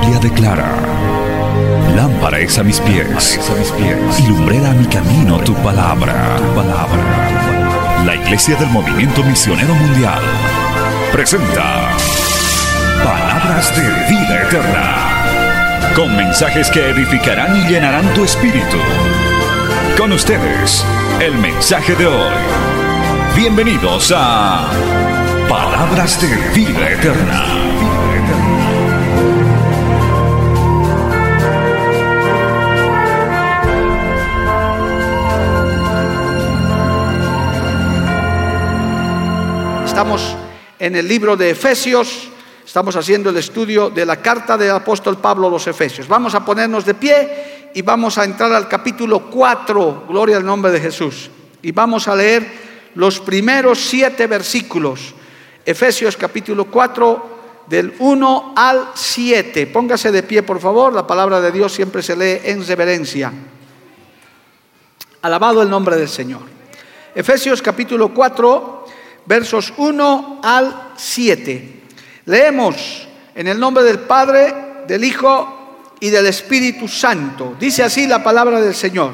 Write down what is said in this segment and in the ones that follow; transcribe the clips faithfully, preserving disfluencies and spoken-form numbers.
Biblia declara: lámpara es a mis pies, a mis pies, y lumbrera a mi camino tu palabra. Tu palabra. La Iglesia del Movimiento Misionero Mundial presenta Palabras de Vida Eterna, con mensajes que edificarán y llenarán tu espíritu. Con ustedes, el mensaje de hoy. Bienvenidos a Palabras de Vida Eterna. Estamos en el libro de Efesios, estamos haciendo el estudio de la carta del apóstol Pablo a los Efesios. Vamos a ponernos de pie y vamos a entrar al capítulo cuatro, gloria al nombre de Jesús. Y vamos a leer los primeros siete versículos. Efesios capítulo cuatro, del uno al siete. Póngase de pie, por favor, la palabra de Dios siempre se lee en reverencia. Alabado el nombre del Señor. Efesios capítulo cuatro, versos uno al siete. Leemos en el nombre del Padre, del Hijo y del Espíritu Santo. Dice así la palabra del Señor: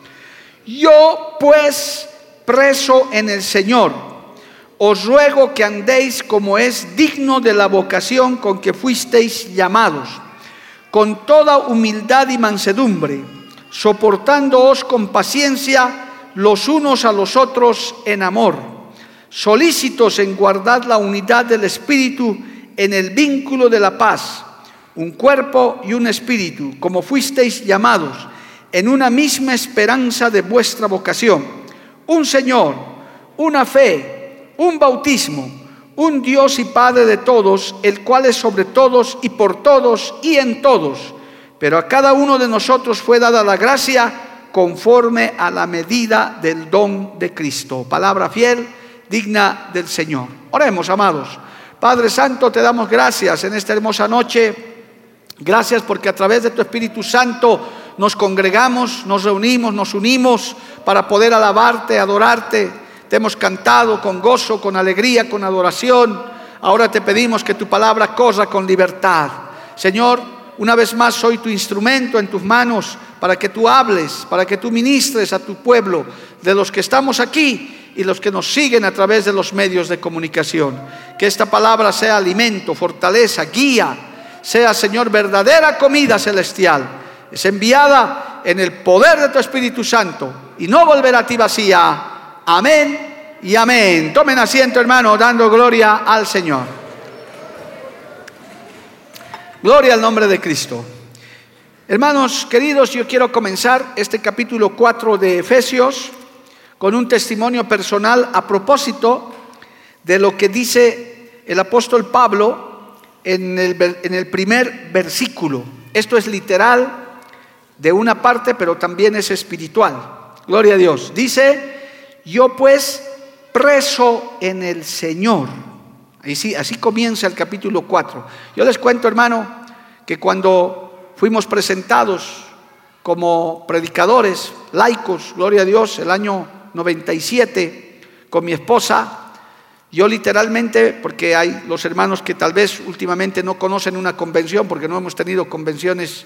Yo pues, preso en el Señor, os ruego que andéis como es digno de la vocación con que fuisteis llamados, con toda humildad y mansedumbre, soportándoos con paciencia los unos a los otros en amor, solícitos en guardar la unidad del Espíritu en el vínculo de la paz, un cuerpo y un espíritu, como fuisteis llamados, en una misma esperanza de vuestra vocación, un Señor, una fe, un bautismo, un Dios y Padre de todos, el cual es sobre todos y por todos y en todos, pero a cada uno de nosotros fue dada la gracia conforme a la medida del don de Cristo. Palabra fiel, digna del Señor. Oremos, amados. Padre Santo, te damos gracias en esta hermosa noche. Gracias porque a través de tu Espíritu Santo nos congregamos, nos reunimos, nos unimos para poder alabarte, adorarte. Te hemos cantado con gozo, con alegría, con adoración. Ahora te pedimos que tu palabra corra con libertad. Señor, una vez más soy tu instrumento en tus manos para que tú hables, para que tú ministres a tu pueblo, de los que estamos aquí y los que nos siguen a través de los medios de comunicación. Que esta palabra sea alimento, fortaleza, guía, sea, Señor, verdadera comida celestial. Es enviada en el poder de tu Espíritu Santo y no volverá a ti vacía. Amén y amén. Tomen asiento, hermano, dando gloria al Señor. Gloria al nombre de Cristo. Hermanos queridos, yo quiero comenzar este capítulo cuatro de Efesios con un testimonio personal a propósito de lo que dice el apóstol Pablo en el, en el primer versículo. Esto es literal de una parte, pero también es espiritual. Gloria a Dios. Dice: yo pues, preso en el Señor. Ahí sí, así comienza el capítulo cuatro. Yo les cuento, hermano, que cuando fuimos presentados como predicadores laicos, gloria a Dios, el año noventa y siete, con mi esposa, yo literalmente, porque hay los hermanos que tal vez últimamente no conocen una convención, porque no hemos tenido convenciones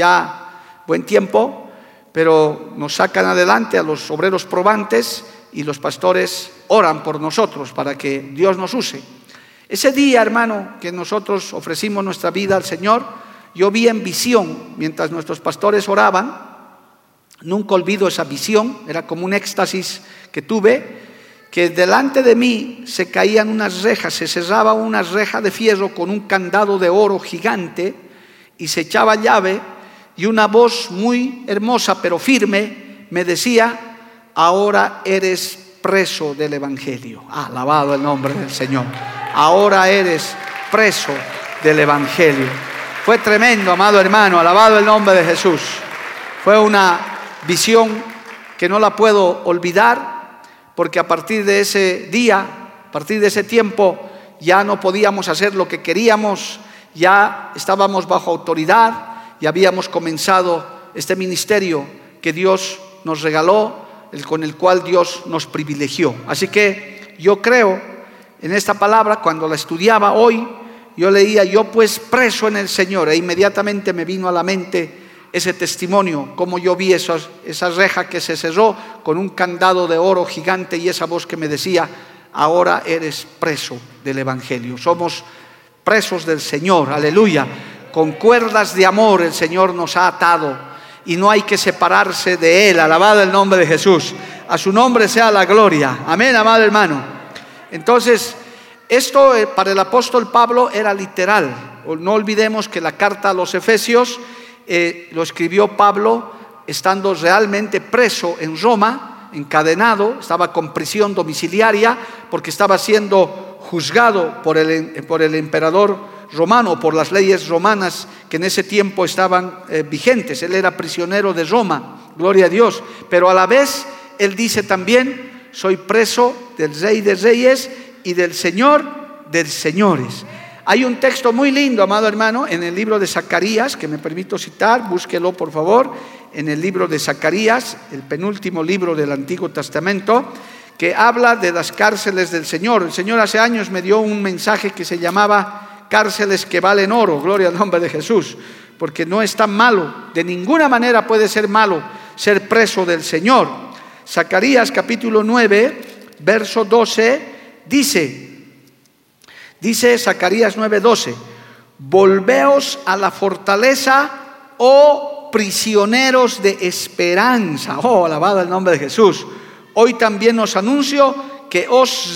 ya buen tiempo, pero nos sacan adelante a los obreros probantes y los pastores oran por nosotros para que Dios nos use. Ese día, hermano, que nosotros ofrecimos nuestra vida al Señor, yo vi en visión, mientras nuestros pastores oraban, nunca olvido esa visión, era como un éxtasis que tuve, que delante de mí se caían unas rejas, se cerraba una reja de fierro con un candado de oro gigante y se echaba llave, y una voz muy hermosa pero firme me decía: ahora eres preso del Evangelio. Ah, alabado el nombre del Señor. Ahora eres preso del Evangelio. Fue tremendo, amado hermano, alabado el nombre de Jesús. Fue una visión que no la puedo olvidar, porque a partir de ese día, a partir de ese tiempo, ya no podíamos hacer lo que queríamos, ya estábamos bajo autoridad y habíamos comenzado este ministerio que Dios nos regaló, el con el cual Dios nos privilegió. Así que yo creo en esta palabra, cuando la estudiaba hoy, yo leía, yo pues preso en el Señor, e inmediatamente me vino a la mente ese testimonio, como yo vi esos, esa reja que se cerró con un candado de oro gigante y esa voz que me decía, ahora eres preso del Evangelio. Somos presos del Señor, aleluya. Con cuerdas de amor el Señor nos ha atado y no hay que separarse de Él. Alabado el nombre de Jesús. A su nombre sea la gloria. Amén, amado hermano. Entonces, esto para el apóstol Pablo era literal. No olvidemos que la carta a los Efesios eh, lo escribió Pablo estando realmente preso en Roma, encadenado, estaba con prisión domiciliaria porque estaba siendo juzgado por el, por el emperador romano, por las leyes romanas que en ese tiempo estaban eh, vigentes. Él era prisionero de Roma, gloria a Dios, pero a la vez él dice también, soy preso del Rey de Reyes y del Señor de Señores. Hay un texto muy lindo, amado hermano, en el libro de Zacarías, que me permito citar, búsquelo por favor, en el libro de Zacarías, el penúltimo libro del Antiguo Testamento, que habla de las cárceles del Señor. El Señor hace años me dio un mensaje que se llamaba cárceles que valen oro, gloria al nombre de Jesús, porque no es tan malo, de ninguna manera puede ser malo ser preso del Señor. Zacarías capítulo nueve, verso doce, dice, dice Zacarías nueve, doce, volveos a la fortaleza, oh prisioneros de esperanza. Oh, alabado el nombre de Jesús. Hoy también os anuncio que os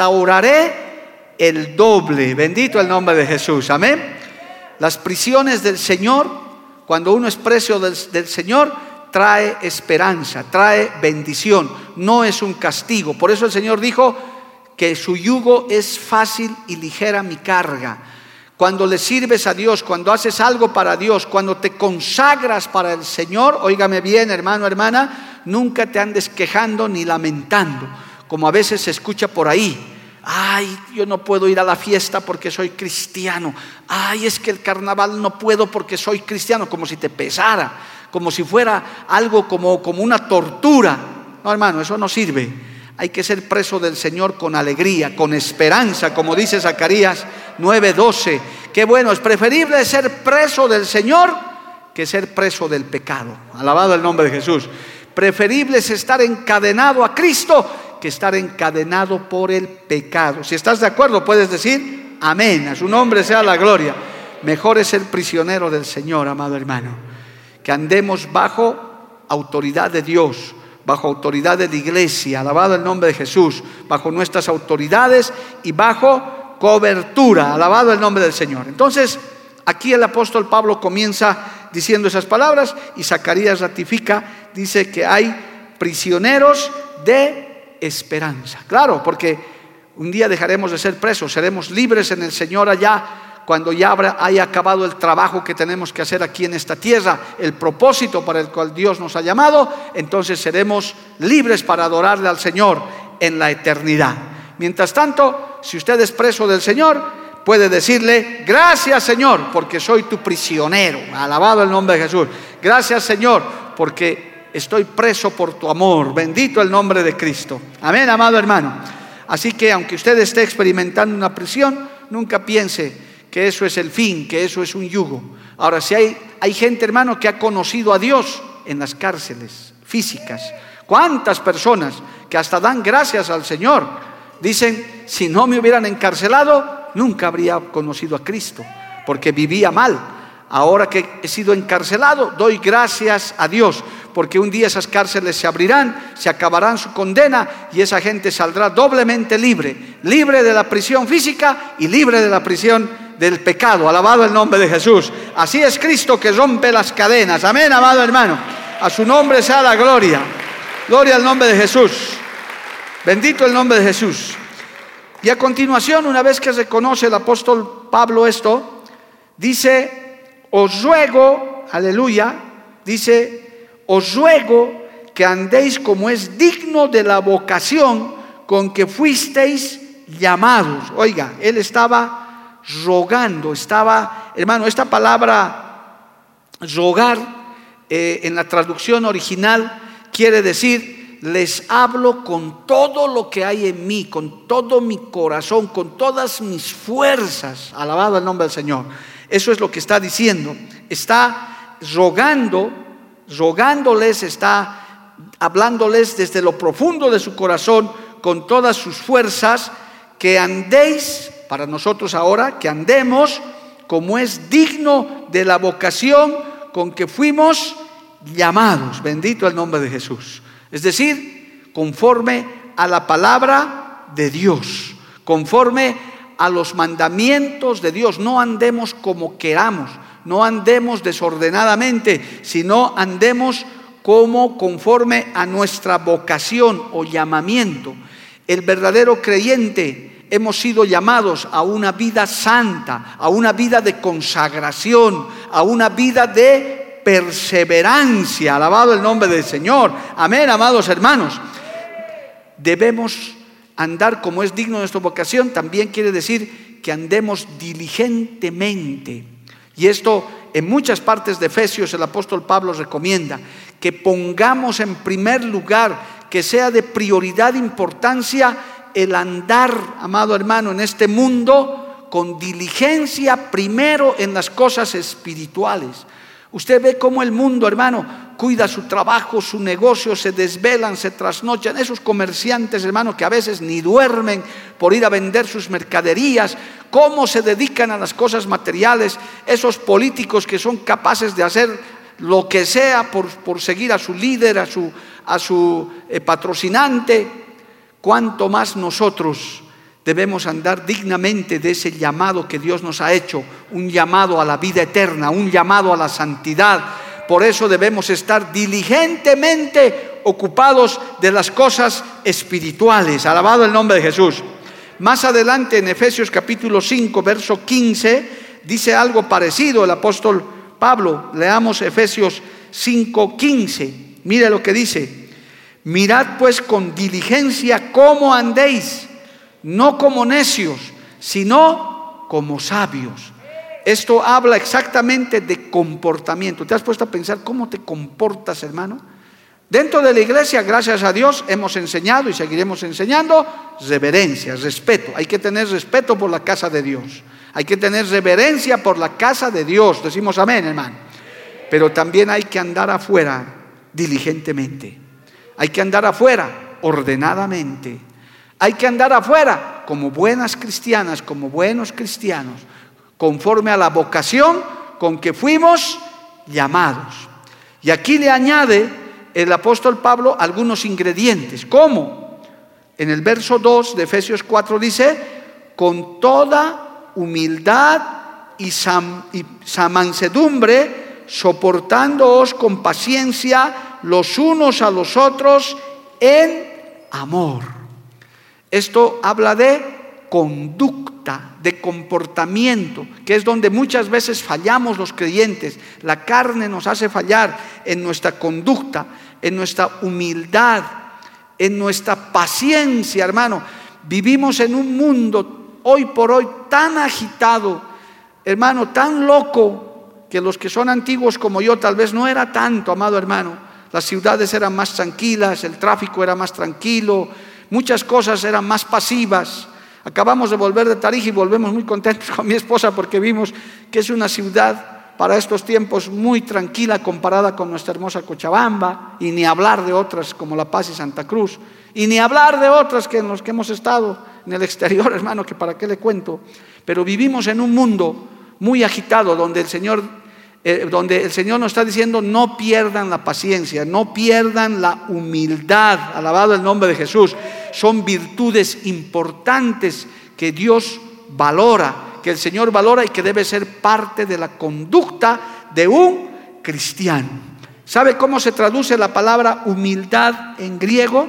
restauraré el doble. Bendito el nombre de Jesús. Amén. Las prisiones del Señor, cuando uno es preso del, del Señor, trae esperanza, trae bendición. No es un castigo. Por eso el Señor dijo que su yugo es fácil y ligera mi carga. Cuando le sirves a Dios, cuando haces algo para Dios, cuando te consagras para el Señor, óigame bien, hermano, hermana, nunca te andes quejando ni lamentando, como a veces se escucha por ahí. Ay, yo no puedo ir a la fiesta porque soy cristiano. Ay, es que el carnaval no puedo porque soy cristiano, como si te pesara, como si fuera algo como, como una tortura. No, hermano, eso no sirve. Hay que ser preso del Señor con alegría, con esperanza, como dice Zacarías nueve, doce. Qué bueno, es preferible ser preso del Señor que ser preso del pecado. Alabado el nombre de Jesús. Preferible es estar encadenado a Cristo que estar encadenado por el pecado. Si estás de acuerdo, puedes decir amén. A su nombre sea la gloria. Mejor es ser prisionero del Señor, amado hermano, que andemos bajo autoridad de Dios, bajo autoridad de la iglesia, alabado el nombre de Jesús, bajo nuestras autoridades y bajo cobertura, alabado el nombre del Señor. Entonces, aquí el apóstol Pablo comienza diciendo esas palabras y Zacarías ratifica, dice que hay prisioneros de esperanza. Claro, porque un día dejaremos de ser presos, seremos libres en el Señor allá, cuando ya habrá, haya acabado el trabajo que tenemos que hacer aquí en esta tierra, el propósito para el cual Dios nos ha llamado, entonces seremos libres para adorarle al Señor en la eternidad. Mientras tanto, si usted es preso del Señor, puede decirle, gracias Señor, porque soy tu prisionero. Alabado el nombre de Jesús. Gracias Señor, porque estoy preso por tu amor. Bendito el nombre de Cristo. Amén, amado hermano. Así que aunque usted esté experimentando una prisión, nunca piense que eso es el fin, que eso es un yugo. Ahora, si hay, hay gente, hermano, que ha conocido a Dios en las cárceles físicas. ¿Cuántas personas que hasta dan gracias al Señor? Dicen, si no me hubieran encarcelado, nunca habría conocido a Cristo, porque vivía mal. Ahora que he sido encarcelado, doy gracias a Dios, porque un día esas cárceles se abrirán, se acabarán su condena y esa gente saldrá doblemente libre, libre de la prisión física y libre de la prisión del pecado. Alabado el nombre de Jesús. Así es Cristo que rompe las cadenas. Amén, amado hermano. A su nombre sea la gloria. Gloria al nombre de Jesús. Bendito el nombre de Jesús. Y a continuación, una vez que reconoce el apóstol Pablo esto, dice, os ruego, aleluya, dice, os ruego que andéis como es digno de la vocación con que fuisteis llamados. Oiga, él estaba rogando, estaba, hermano, esta palabra rogar eh, en la traducción original quiere decir les hablo con todo lo que hay en mí, con todo mi corazón, con todas mis fuerzas. Alabado el nombre del Señor. Eso es lo que está diciendo. Está rogando, rogándoles, está hablándoles desde lo profundo de su corazón, con todas sus fuerzas, que andéis, para nosotros ahora, que andemos como es digno de la vocación con que fuimos llamados. Bendito el nombre de Jesús. Es decir, conforme a la palabra de Dios, conforme a los mandamientos de Dios. No andemos como queramos, no andemos desordenadamente, sino andemos como conforme a nuestra vocación o llamamiento. El verdadero creyente hemos sido llamados a una vida santa, a una vida de consagración, a una vida de perseverancia. Alabado el nombre del Señor. Amén, amados hermanos. Debemos andar como es digno de nuestra vocación. También quiere decir que andemos diligentemente. Y esto en muchas partes de Efesios el apóstol Pablo recomienda que pongamos en primer lugar, que sea de prioridad importancia el andar, amado hermano, en este mundo con diligencia primero en las cosas espirituales. Usted ve cómo el mundo, hermano, cuida su trabajo, su negocio, se desvelan, se trasnochan. Esos comerciantes, hermano, que a veces ni duermen por ir a vender sus mercaderías, cómo se dedican a las cosas materiales. Esos políticos que son capaces de hacer lo que sea por, por seguir a su líder, a su, a su eh, patrocinante. Cuánto más nosotros debemos andar dignamente de ese llamado que Dios nos ha hecho, un llamado a la vida eterna, un llamado a la santidad. Por eso debemos estar diligentemente ocupados de las cosas espirituales. Alabado el nombre de Jesús. Más adelante en Efesios capítulo cinco, verso quince, dice algo parecido el apóstol Pablo. Leamos Efesios cinco, quince. Mire lo que dice: mirad pues con diligencia cómo andéis, no como necios, sino como sabios. Esto habla exactamente de comportamiento. ¿Te has puesto a pensar cómo te comportas, hermano? Dentro de la iglesia, gracias a Dios, hemos enseñado y seguiremos enseñando reverencia, respeto. Hay que tener respeto por la casa de Dios. Hay que tener reverencia por la casa de Dios. Decimos amén, hermano. Pero también hay que andar afuera diligentemente. Hay que andar afuera ordenadamente. Hay que andar afuera como buenas cristianas, como buenos cristianos, conforme a la vocación con que fuimos llamados. Y aquí le añade el apóstol Pablo algunos ingredientes. ¿Cómo? En el verso dos de Efesios cuatro dice: con toda humildad y, sam, y mansedumbre, soportándoos con paciencia los unos a los otros en amor. Esto habla de conducta, de comportamiento, que es donde muchas veces fallamos los creyentes. La carne nos hace fallar en nuestra conducta, en nuestra humildad, en nuestra paciencia, hermano. Vivimos en un mundo hoy por hoy tan agitado, hermano, tan loco, que los que son antiguos como yo tal vez no era tanto, amado hermano. Las ciudades eran más tranquilas, el tráfico era más tranquilo, muchas cosas eran más pasivas. Acabamos de volver de Tarija y volvemos muy contentos con mi esposa porque vimos que es una ciudad para estos tiempos muy tranquila comparada con nuestra hermosa Cochabamba, y ni hablar de otras como La Paz y Santa Cruz, y ni hablar de otras que en los que hemos estado en el exterior, hermano, que para qué le cuento. Pero vivimos en un mundo muy agitado donde el Señor, eh, donde el Señor nos está diciendo: no pierdan la paciencia, no pierdan la humildad. Alabado el nombre de Jesús. Son virtudes importantes que Dios valora, que el Señor valora y que debe ser parte de la conducta de un cristiano. ¿Sabe cómo se traduce la palabra humildad en griego?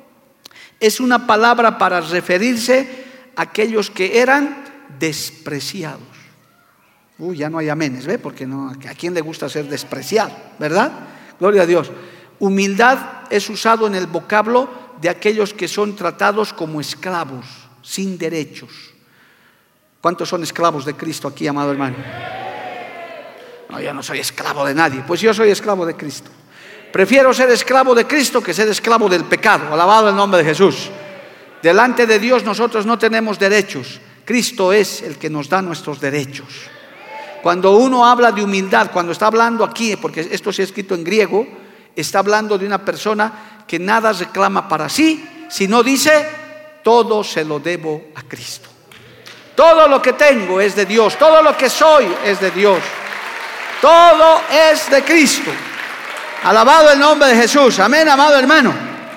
Es una palabra para referirse a aquellos que eran despreciados. Uy, ya no hay amenes, ¿ve? Porque no, ¿a quién le gusta ser despreciado? ¿Verdad? Gloria a Dios. Humildad es usado en el vocablo de aquellos que son tratados como esclavos, sin derechos. ¿Cuántos son esclavos de Cristo aquí, amado hermano? No, yo no soy esclavo de nadie. Pues yo soy esclavo de Cristo. Prefiero ser esclavo de Cristo que ser esclavo del pecado. Alabado el nombre de Jesús. Delante de Dios nosotros no tenemos derechos. Cristo es el que nos da nuestros derechos. Cuando uno habla de humildad, cuando está hablando aquí, porque esto se ha escrito en griego, está hablando de una persona que nada reclama para sí, sino dice, todo se lo debo a Cristo. Todo lo que tengo es de Dios, todo lo que soy es de Dios. Todo es de Cristo. Alabado el nombre de Jesús. Amén, amado hermano.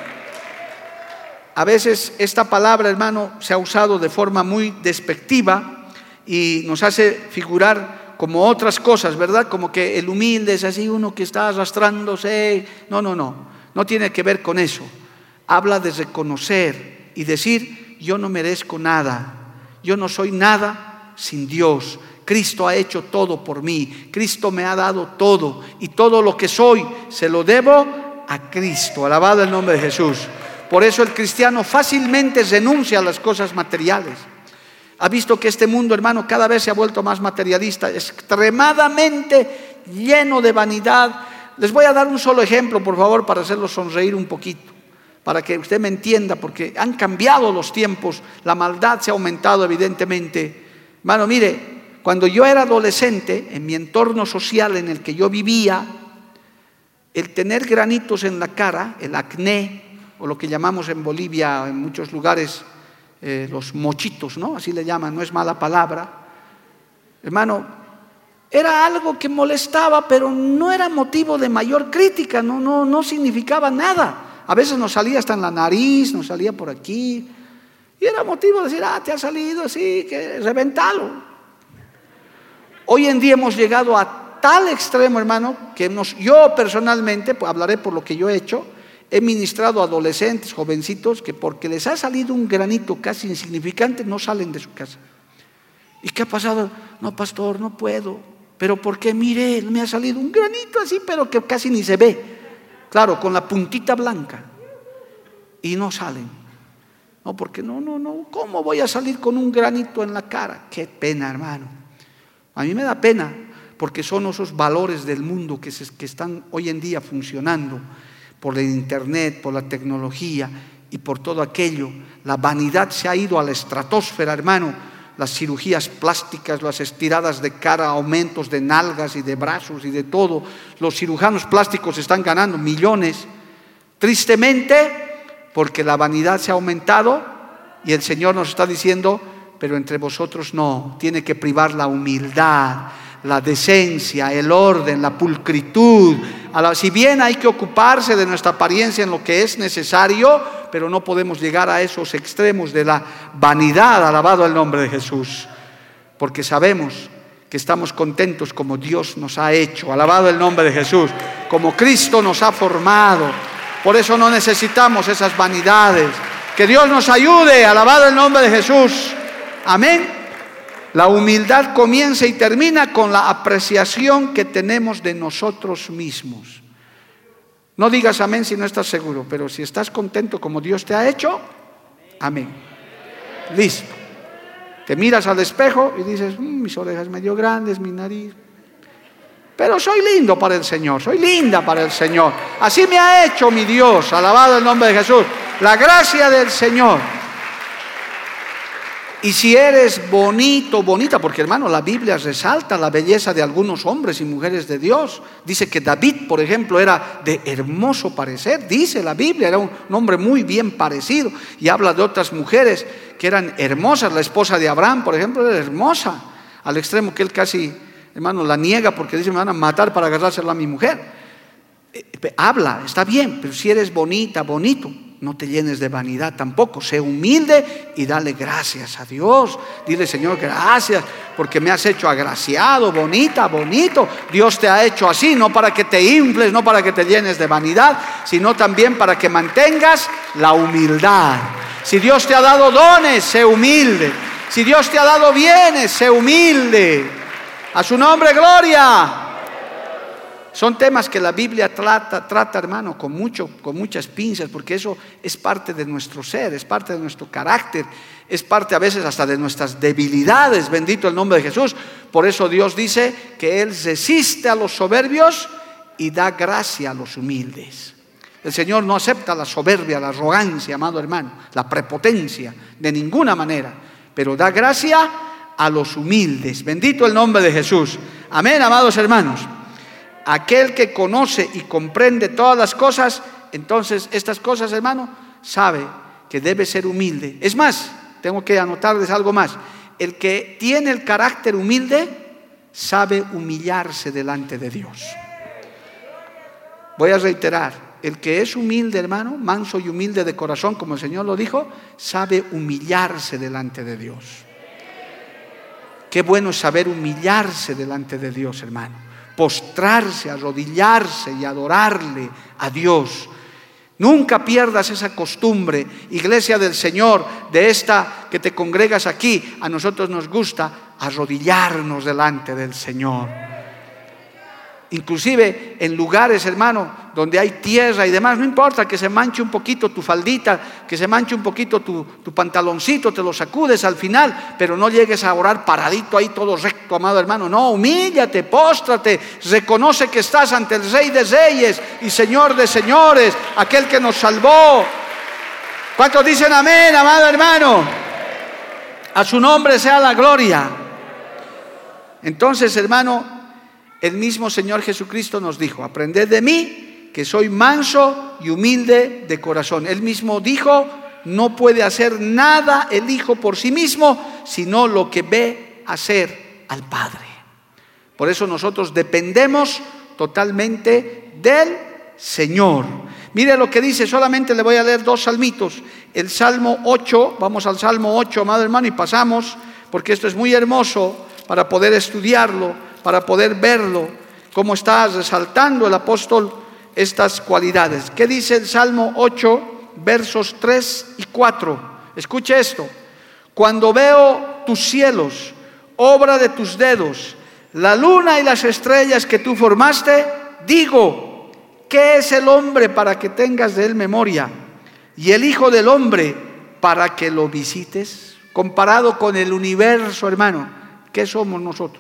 A veces esta palabra, hermano, se ha usado de forma muy despectiva y nos hace figurar como otras cosas, ¿verdad? Como que el humilde es así, uno que está arrastrándose. No, no, no. No tiene que ver con eso. Habla de reconocer y decir, yo no merezco nada. Yo no soy nada sin Dios. Cristo ha hecho todo por mí. Cristo me ha dado todo. Y todo lo que soy se lo debo a Cristo. Alabado el nombre de Jesús. Por eso el cristiano fácilmente renuncia a las cosas materiales. Ha visto que este mundo, hermano, cada vez se ha vuelto más materialista, extremadamente lleno de vanidad. Les voy a dar un solo ejemplo, por favor, para hacerlos sonreír un poquito, para que usted me entienda, porque han cambiado los tiempos, la maldad se ha aumentado evidentemente. Hermano, mire, cuando yo era adolescente, en mi entorno social en el que yo vivía, el tener granitos en la cara, el acné, o lo que llamamos en Bolivia, en muchos lugares, eh, los mochitos, ¿no? Así le llaman, no es mala palabra. Hermano, era algo que molestaba, pero no era motivo de mayor crítica, no, no, no significaba nada. A veces nos salía hasta en la nariz, nos salía por aquí, y era motivo de decir, ah, te ha salido así, que reventalo. Hoy en día hemos llegado a tal extremo, hermano, que nos, yo personalmente, pues hablaré por lo que yo he hecho, he ministrado a adolescentes, jovencitos, que porque les ha salido un granito casi insignificante, no salen de su casa. ¿Y qué ha pasado? No, pastor, no puedo. ¿Pero por qué? Mire, me ha salido un granito así, pero que casi ni se ve. Claro, con la puntita blanca. Y no salen. No, porque no, no, no. ¿Cómo voy a salir con un granito en la cara? Qué pena, hermano. A mí me da pena, porque son esos valores del mundo que, se, que están hoy en día funcionando por el internet, por la tecnología y por todo aquello. La vanidad se ha ido a la estratosfera, hermano. Las cirugías plásticas, las estiradas de cara, aumentos de nalgas y de brazos y de todo. Los cirujanos plásticos están ganando millones. Tristemente, porque la vanidad se ha aumentado y el Señor nos está diciendo, pero entre vosotros no, tiene que privar la humildad, la decencia, el orden, la pulcritud. Si bien hay que ocuparse de nuestra apariencia en lo que es necesario, pero no podemos llegar a esos extremos de la vanidad. Alabado el nombre de Jesús, porque sabemos que estamos contentos como Dios nos ha hecho. Alabado el nombre de Jesús, como Cristo nos ha formado. Por eso no necesitamos esas vanidades. Que Dios nos ayude. Alabado el nombre de Jesús. Amén. La humildad comienza y termina con la apreciación que tenemos de nosotros mismos. No digas amén si no estás seguro, pero si estás contento como Dios te ha hecho, amén. Listo. Te miras al espejo y dices, mmm, mis orejas medio grandes, mi nariz. Pero soy lindo para el Señor, soy linda para el Señor. Así me ha hecho mi Dios, alabado el nombre de Jesús. La gracia del Señor. Y si eres bonito, bonita, porque hermano, la Biblia resalta la belleza de algunos hombres y mujeres de Dios. Dice que David, por ejemplo, era de hermoso parecer. Dice la Biblia, era un hombre muy bien parecido. Y habla de otras mujeres que eran hermosas. La esposa de Abraham, por ejemplo, era hermosa. Al extremo que él casi, hermano, la niega porque dice, me van a matar para agarrársela a mi mujer. Eh, habla, está bien, pero si eres bonita, bonito, no te llenes de vanidad tampoco. Sé humilde y dale gracias a Dios. Dile, Señor, gracias porque me has hecho agraciado, bonita, bonito. Dios te ha hecho así, no para que te infles, no para que te llenes de vanidad, sino también para que mantengas la humildad. Si Dios te ha dado dones, sé humilde. Si Dios te ha dado bienes, sé humilde. A su nombre, gloria. Son temas que la Biblia trata, trata, hermano, con mucho, con muchas pinzas, porque eso es parte de nuestro ser, es parte de nuestro carácter, es parte a veces hasta de nuestras debilidades. Bendito el nombre de Jesús. Por eso Dios dice que Él resiste a los soberbios y da gracia a los humildes. El Señor no acepta la soberbia, la arrogancia, amado hermano, la prepotencia, de ninguna manera, pero da gracia a los humildes. Bendito el nombre de Jesús. Amén, amados hermanos. Aquel que conoce y comprende todas las cosas, entonces estas cosas, hermano, sabe que debe ser humilde. Es más, tengo que anotarles algo más. El que tiene el carácter humilde sabe humillarse delante de Dios. Voy a reiterar, el que es humilde, hermano, manso y humilde de corazón, como el Señor lo dijo, sabe humillarse delante de Dios. Qué bueno es saber humillarse delante de Dios, hermano. Postrarse, arrodillarse y adorarle a Dios. Nunca pierdas esa costumbre, iglesia del Señor, de esta que te congregas aquí. A nosotros nos gusta arrodillarnos delante del Señor. Inclusive en lugares, hermano, donde hay tierra y demás, no importa que se manche un poquito tu faldita, que se manche un poquito tu, tu pantaloncito, te lo sacudes al final, pero no llegues a orar paradito ahí todo recto, amado hermano. No, humíllate, póstrate, reconoce que estás ante el Rey de Reyes y Señor de Señores, aquel que nos salvó. ¿Cuántos dicen amén, amado hermano? A su nombre sea la gloria. Entonces, hermano, el mismo Señor Jesucristo nos dijo: aprended de mí, que soy manso y humilde de corazón. Él mismo dijo: no puede hacer nada el Hijo por sí mismo, sino lo que ve hacer al Padre. Por eso nosotros dependemos totalmente del Señor. Mire lo que dice, solamente le voy a leer dos salmitos. El Salmo ocho, vamos al Salmo ocho, amado hermano, y pasamos, porque esto es muy hermoso para poder estudiarlo, para poder verlo, cómo está resaltando el apóstol estas cualidades. ¿Qué dice el Salmo ocho, versos tres y cuatro? Escuche esto: cuando veo tus cielos, obra de tus dedos, la luna y las estrellas que tú formaste, digo, ¿qué es el hombre para que tengas de él memoria? Y el Hijo del hombre para que lo visites. Comparado con el universo, hermano, ¿qué somos nosotros?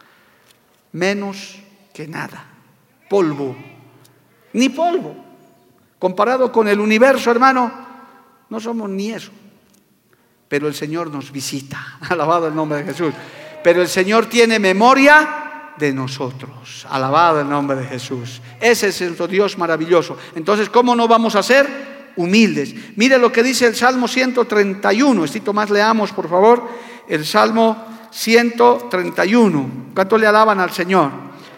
Menos que nada, polvo, ni polvo. Comparado con el universo, hermano, no somos ni eso. Pero el Señor nos visita, alabado el nombre de Jesús. Pero el Señor tiene memoria de nosotros, alabado el nombre de Jesús. Ese es el Dios maravilloso. Entonces, ¿cómo no vamos a ser humildes? Mire lo que dice el Salmo ciento treinta y uno. Estito más, leamos por favor el Salmo ciento treinta y uno. ¿Cuánto le alaban al Señor?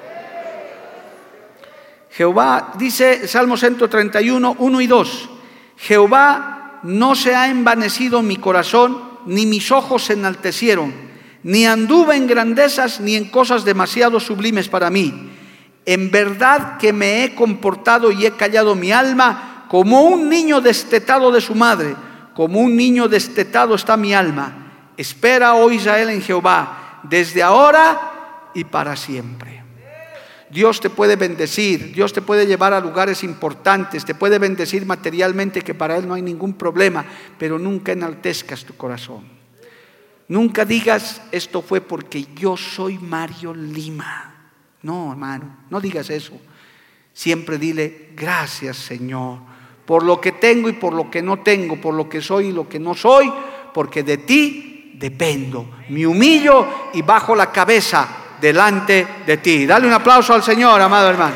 Jehová, dice Salmo ciento treinta y uno, uno y dos: Jehová, no se ha envanecido mi corazón, ni mis ojos se enaltecieron, ni anduve en grandezas, ni en cosas demasiado sublimes para mí. En verdad que me he comportado y he callado mi alma, como un niño destetado de su madre, como un niño destetado está mi alma. Espera, oh Israel, en Jehová, desde ahora y para siempre. Dios te puede bendecir, Dios te puede llevar a lugares importantes, te puede bendecir materialmente, que para Él no hay ningún problema, pero nunca enaltezcas tu corazón. Nunca digas, esto fue porque yo soy Mario Lima. No, hermano, no digas eso. Siempre dile, gracias Señor, por lo que tengo y por lo que no tengo, por lo que soy y lo que no soy, porque de ti dependo. Me humillo y bajo la cabeza delante de ti. Dale un aplauso al Señor, amado hermano.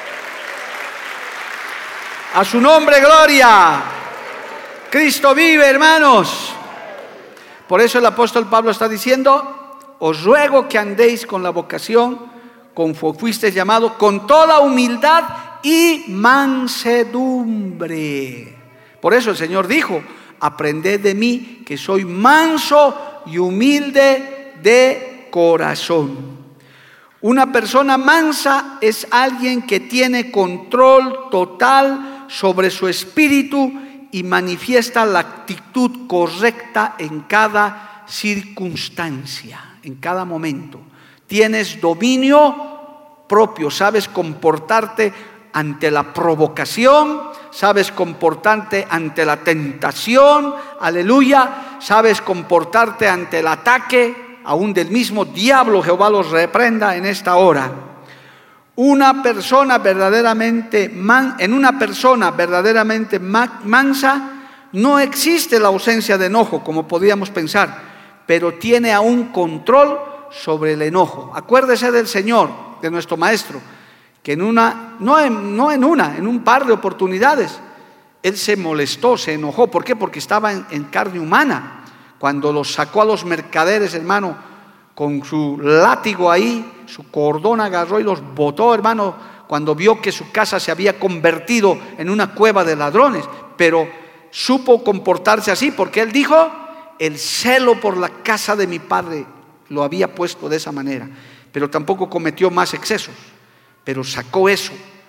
A su nombre, gloria. Cristo vive, hermanos. Por eso el apóstol Pablo está diciendo: os ruego que andéis con la vocación con que fuisteis llamados, con toda humildad y mansedumbre. Por eso el Señor dijo: aprended de mí, que soy manso y humilde de corazón. Una persona mansa es alguien que tiene control total sobre su espíritu y manifiesta la actitud correcta en cada circunstancia, en cada momento. Tienes dominio propio, sabes comportarte ante la provocación, sabes comportarte ante la tentación, aleluya, sabes comportarte ante el ataque, aún del mismo diablo. Jehová los reprenda en esta hora. Una persona verdaderamente man, en una persona verdaderamente mansa no existe la ausencia de enojo, como podríamos pensar, pero tiene aún control sobre el enojo. Acuérdese del Señor, de nuestro Maestro, que en una, no en, no en una, en un par de oportunidades, Él se molestó, se enojó. ¿Por qué? Porque estaba en, en carne humana. Cuando los sacó a los mercaderes, hermano, con su látigo ahí, su cordón agarró y los botó, hermano, cuando vio que su casa se había convertido en una cueva de ladrones. Pero supo comportarse así porque Él dijo: el celo por la casa de mi padre lo había puesto de esa manera. Pero tampoco cometió más excesos, pero sacó eso.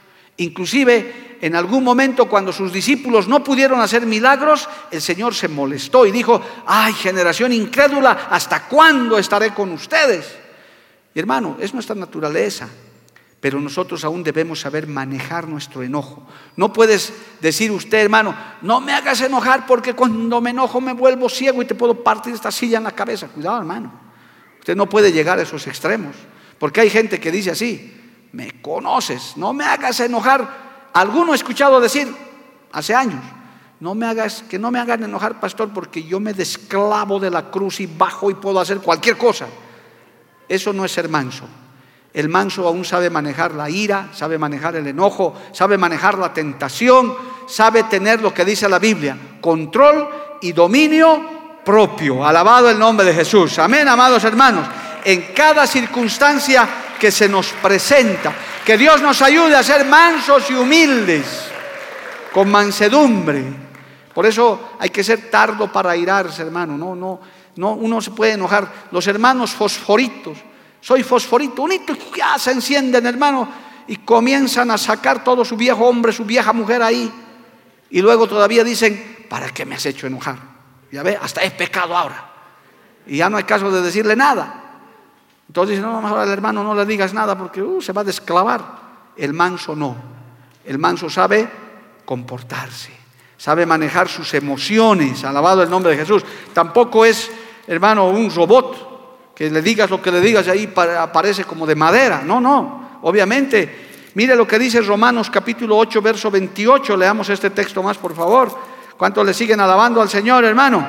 Inclusive en algún momento, cuando sus discípulos no pudieron hacer milagros, el Señor se molestó y dijo: ay, generación incrédula, ¿hasta cuándo estaré con ustedes? Y hermano, es nuestra naturaleza, pero nosotros aún debemos saber manejar nuestro enojo. No puedes decir usted, hermano: no me hagas enojar porque cuando me enojo me vuelvo ciego y te puedo partir esta silla en la cabeza. Cuidado, hermano, usted no puede llegar a esos extremos, porque hay gente que dice así: me conoces, no me hagas enojar. Alguno he escuchado decir hace años: no me hagas, que no me hagan enojar, pastor, porque yo me desclavo de la cruz y bajo y puedo hacer cualquier cosa. Eso no es ser manso. El manso aún sabe manejar la ira, sabe manejar el enojo, sabe manejar la tentación, sabe tener lo que dice la Biblia: control y dominio propio. Alabado el nombre de Jesús. Amén, amados hermanos. En cada circunstancia que se nos presenta, que Dios nos ayude a ser mansos y humildes, con mansedumbre. Por eso hay que ser tardo para airarse, hermano. No, no, no, uno se puede enojar. Los hermanos fosforitos, soy fosforito, unito, ya se encienden, hermano, y comienzan a sacar todo su viejo hombre, su vieja mujer ahí, y luego todavía dicen: ¿para qué me has hecho enojar? Ya ve, hasta es pecado ahora, y ya no hay caso de decirle nada. Entonces dicen: no, mejor al hermano no le digas nada porque uh, se va a desclavar. El manso no. El manso sabe comportarse, sabe manejar sus emociones. Alabado el nombre de Jesús. Tampoco es, hermano, un robot que le digas lo que le digas y ahí aparece como de madera. No, no. Obviamente, mire lo que dice Romanos capítulo ocho, verso veintiocho. Leamos este texto más, por favor. ¿Cuántos le siguen alabando al Señor, hermano?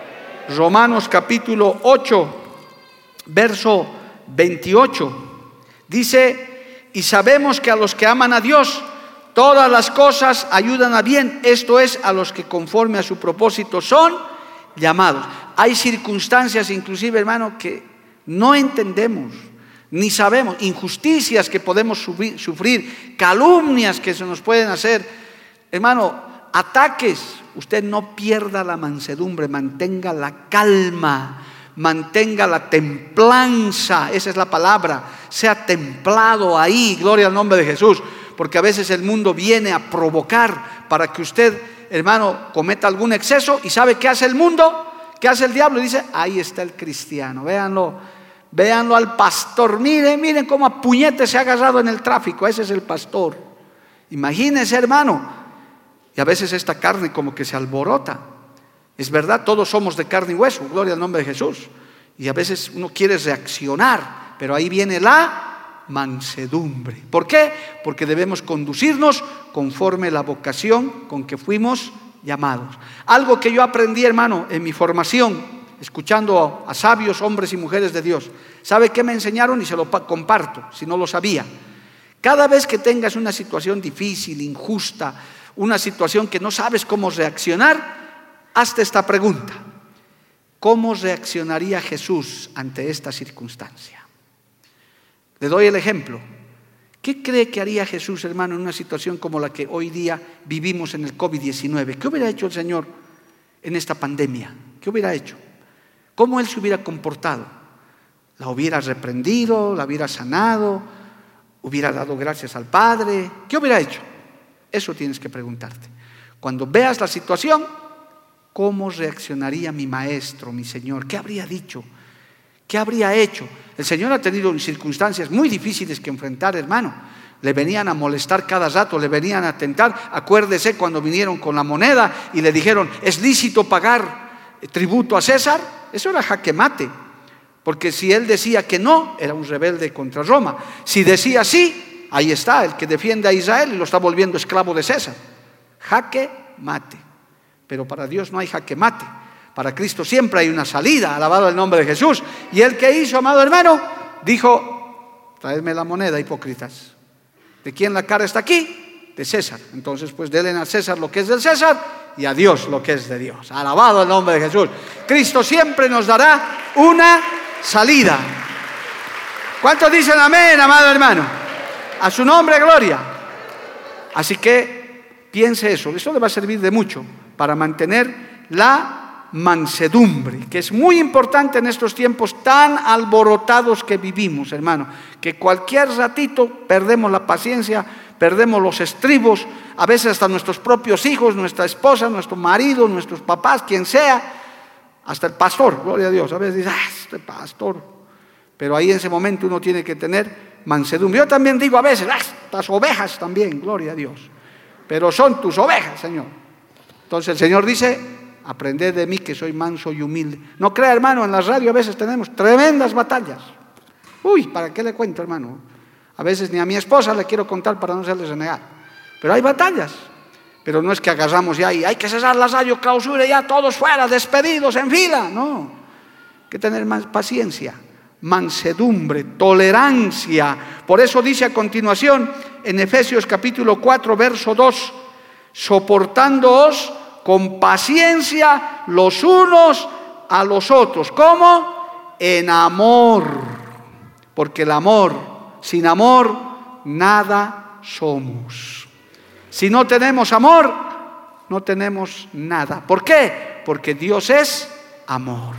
Romanos capítulo ocho, verso veintiocho. Dice: y sabemos que a los que aman a Dios, todas las cosas ayudan a bien, esto es, a los que conforme a su propósito son llamados. Hay circunstancias, inclusive, hermano, que no entendemos, ni sabemos, injusticias que podemos sufrir, sufrir, calumnias que se nos pueden hacer, hermano, ataques. Usted no pierda la mansedumbre, mantenga la calma, mantenga la templanza, esa es la palabra, sea templado ahí, gloria al nombre de Jesús, porque a veces el mundo viene a provocar para que usted, hermano, cometa algún exceso. ¿Y sabe qué hace el mundo? ¿Qué hace el diablo? Y dice: ahí está el cristiano, véanlo, véanlo al pastor, miren, miren cómo a puñetes se ha agarrado en el tráfico, ese es el pastor. Imagínense, hermano. Y a veces esta carne como que se alborota. Es verdad, todos somos de carne y hueso, gloria al nombre de Jesús. Y a veces uno quiere reaccionar, pero ahí viene la mansedumbre. ¿Por qué? Porque debemos conducirnos conforme la vocación con que fuimos llamados. Algo que yo aprendí, hermano, en mi formación, escuchando a sabios hombres y mujeres de Dios. ¿Sabe qué me enseñaron? Y se lo comparto, si no lo sabía. Cada vez que tengas una situación difícil, injusta, una situación que no sabes cómo reaccionar, hazte esta pregunta: ¿cómo reaccionaría Jesús ante esta circunstancia? Le doy el ejemplo. ¿Qué cree que haría Jesús, hermano, en una situación como la que hoy día vivimos en el COVID diecinueve? ¿Qué hubiera hecho el Señor en esta pandemia? ¿Qué hubiera hecho? ¿Cómo Él se hubiera comportado? ¿La hubiera reprendido? ¿La hubiera sanado? ¿Hubiera dado gracias al Padre? ¿Qué hubiera hecho? Eso tienes que preguntarte. Cuando veas la situación, ¿cómo reaccionaría mi maestro, mi Señor? ¿Qué habría dicho? ¿Qué habría hecho? El Señor ha tenido circunstancias muy difíciles que enfrentar, hermano. Le venían a molestar cada rato, le venían a tentar. Acuérdese cuando vinieron con la moneda y le dijeron: ¿es lícito pagar tributo a César? Eso era jaque mate, porque si él decía que no, era un rebelde contra Roma. Si decía sí, ahí está, el que defiende a Israel y lo está volviendo esclavo de César. Jaque mate. Pero para Dios no hay jaque mate. Para Cristo siempre hay una salida, alabado el nombre de Jesús. Y el que hizo, amado hermano, dijo: traedme la moneda, hipócritas. ¿De quién la cara está aquí? De César. Entonces pues denle a César lo que es del César y a Dios lo que es de Dios. Alabado el nombre de Jesús. Cristo siempre nos dará una salida. ¿Cuántos dicen amén, amado hermano? A su nombre, gloria. Así que piense eso. Eso le va a servir de mucho para mantener la mansedumbre, que es muy importante en estos tiempos tan alborotados que vivimos, hermano, que cualquier ratito perdemos la paciencia, perdemos los estribos, a veces hasta nuestros propios hijos, nuestra esposa, nuestro marido, nuestros papás, quien sea, hasta el pastor, gloria a Dios. A veces dice: ah, este pastor. Pero ahí en ese momento uno tiene que tener mansedumbre. Yo también digo a veces: ah, estas ovejas también, gloria a Dios. Pero son tus ovejas, Señor. Entonces el Señor dice: aprended de mí que soy manso y humilde. No crea, hermano, en la radio a veces tenemos tremendas batallas. Uy, ¿para qué le cuento, hermano? A veces ni a mi esposa le quiero contar para no hacerle renegar. Pero hay batallas. Pero no es que agarramos ya y hay que cesar la radio, clausura, ya todos fuera, despedidos en fila. No, hay que tener más paciencia, mansedumbre, tolerancia. Por eso dice a continuación en Efesios capítulo cuatro, verso dos: soportándoos con paciencia los unos a los otros. ¿Cómo? En amor. Porque el amor, sin amor, nada somos. Si no tenemos amor, no tenemos nada. ¿Por qué? Porque Dios es amor.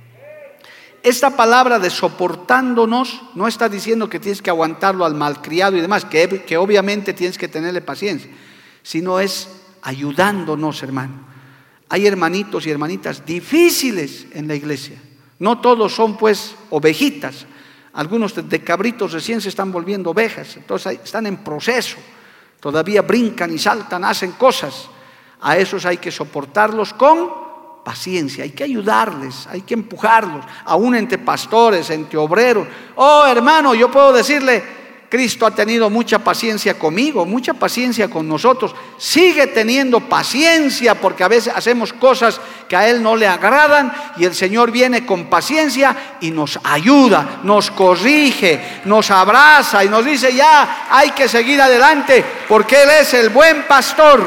Esta palabra de soportándonos no está diciendo que tienes que aguantarlo al malcriado y demás, que, que obviamente tienes que tenerle paciencia, sino es ayudándonos, hermano. Hay hermanitos y hermanitas difíciles en la iglesia. No todos son pues ovejitas. Algunos de cabritos recién se están volviendo ovejas, entonces están en proceso. Todavía brincan y saltan, hacen cosas. A esos hay que soportarlos con paciencia, hay que ayudarles, hay que empujarlos, aún entre pastores, entre obreros. Oh, hermano, yo puedo decirle: Cristo ha tenido mucha paciencia conmigo, mucha paciencia con nosotros. Sigue teniendo paciencia, porque a veces hacemos cosas que a Él no le agradan y el Señor viene con paciencia y nos ayuda, nos corrige, nos abraza y nos dice: ya hay que seguir adelante, porque Él es el buen pastor.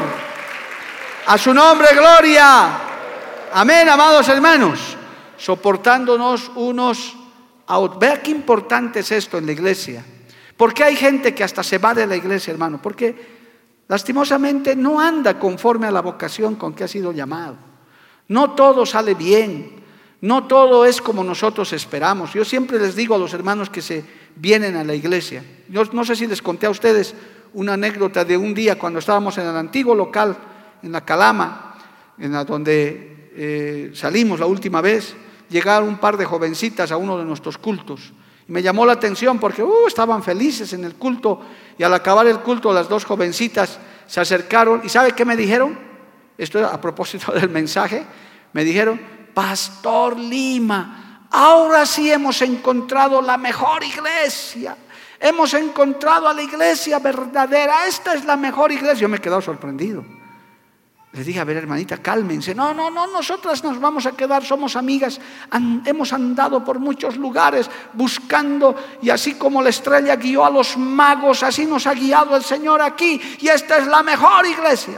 A su nombre, gloria. Amén, amados hermanos. Soportándonos unos a otros. Vea qué importante es esto en la iglesia. ¿Por qué hay gente que hasta se va de la iglesia, hermano? Porque lastimosamente no anda conforme a la vocación con que ha sido llamado. No todo sale bien, no todo es como nosotros esperamos. Yo siempre les digo a los hermanos que se vienen a la iglesia, yo no sé si les conté a ustedes una anécdota de un día cuando estábamos en el antiguo local, en la Calama, en la donde eh, salimos la última vez. Llegaron un par de jovencitas a uno de nuestros cultos. Y me llamó la atención porque uh, estaban felices en el culto, y al acabar el culto las dos jovencitas se acercaron y ¿sabe qué me dijeron? Esto a propósito del mensaje. Me dijeron: Pastor Lima, ahora sí hemos encontrado la mejor iglesia, hemos encontrado a la iglesia verdadera, esta es la mejor iglesia. Yo me he quedado sorprendido. Les dije: a ver, hermanita, cálmense. No, no, no, nosotras nos vamos a quedar, somos amigas, And, hemos andado por muchos lugares buscando, y así como la estrella guió a los magos, así nos ha guiado el Señor aquí, y esta es la mejor iglesia.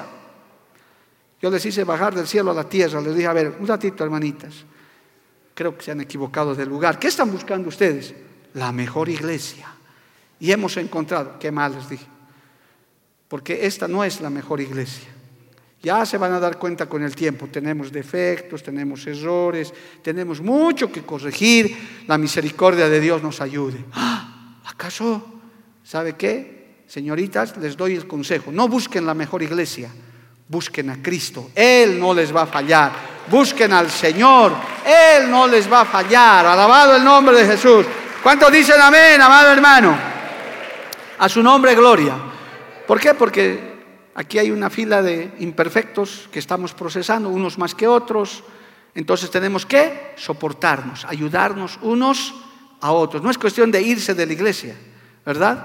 Yo les hice bajar del cielo a la tierra, les dije: a ver, un ratito, hermanitas, creo que se han equivocado de lugar. ¿Qué están buscando ustedes? La mejor iglesia. Y hemos encontrado, qué mal, les dije, porque esta no es la mejor iglesia. Ya se van a dar cuenta con el tiempo, tenemos defectos, tenemos errores, tenemos mucho que corregir. La misericordia de Dios nos ayude. ¿Ah, acaso? ¿Sabe qué? Señoritas, les doy el consejo: no busquen la mejor iglesia, busquen a Cristo. Él no les va a fallar. Busquen al Señor, Él no les va a fallar. Alabado el nombre de Jesús. ¿Cuántos dicen amén, amado hermano? A su nombre, gloria. ¿Por qué? Porque aquí hay una fila de imperfectos que estamos procesando, unos más que otros. Entonces tenemos que soportarnos, ayudarnos unos a otros. No es cuestión de irse de la iglesia, ¿verdad?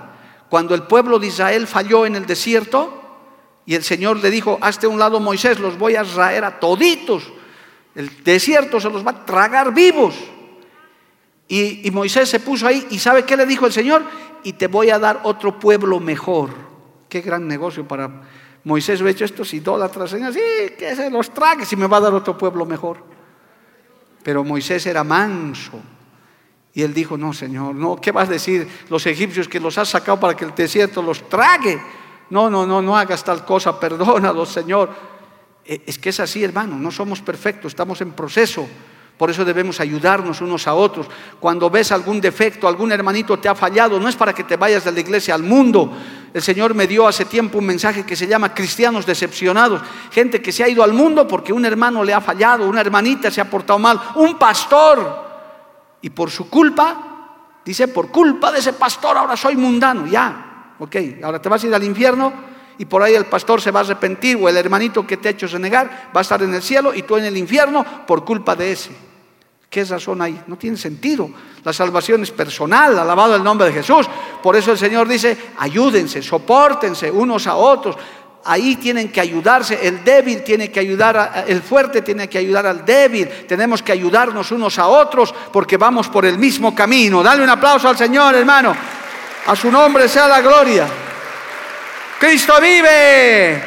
cuando el pueblo de Israel falló en el desierto y el Señor le dijo: hazte a un lado, Moisés, los voy a raer a toditos, el desierto se los va a tragar vivos. Y, y Moisés se puso ahí, y ¿sabe qué le dijo el Señor? Y te voy a dar otro pueblo mejor. Qué gran negocio para Moisés. He hecho estos idólatras, Señor, sí, que se los trague si me va a dar otro pueblo mejor. Pero Moisés era manso, y él dijo: no, Señor, no, ¿qué vas a decir los egipcios que los has sacado para que el desierto los trague? No, no, no, no hagas tal cosa, perdónalos, Señor. Es que es así, hermano, no somos perfectos, estamos en proceso. Por eso debemos ayudarnos unos a otros. Cuando ves algún defecto, algún hermanito te ha fallado, no es para que te vayas de la iglesia al mundo. El Señor me dio hace tiempo un mensaje que se llama cristianos decepcionados. Gente que se ha ido al mundo porque un hermano le ha fallado, una hermanita se ha portado mal, un pastor. Y por su culpa, dice, por culpa de ese pastor ahora soy mundano. Ya, ok, ahora te vas a ir al infierno y por ahí el pastor se va a arrepentir, o el hermanito que te ha hecho renegar va a estar en el cielo y tú en el infierno por culpa de ese. ¿Qué razón hay? No tiene sentido. La salvación es personal, alabado el nombre de Jesús. Por eso el Señor dice: ayúdense, sopórtense unos a otros. Ahí tienen que ayudarse. El débil tiene que ayudar, a, el fuerte tiene que ayudar al débil. Tenemos que ayudarnos unos a otros porque vamos por el mismo camino. Dale un aplauso al Señor, hermano. A su nombre sea la gloria. Cristo vive.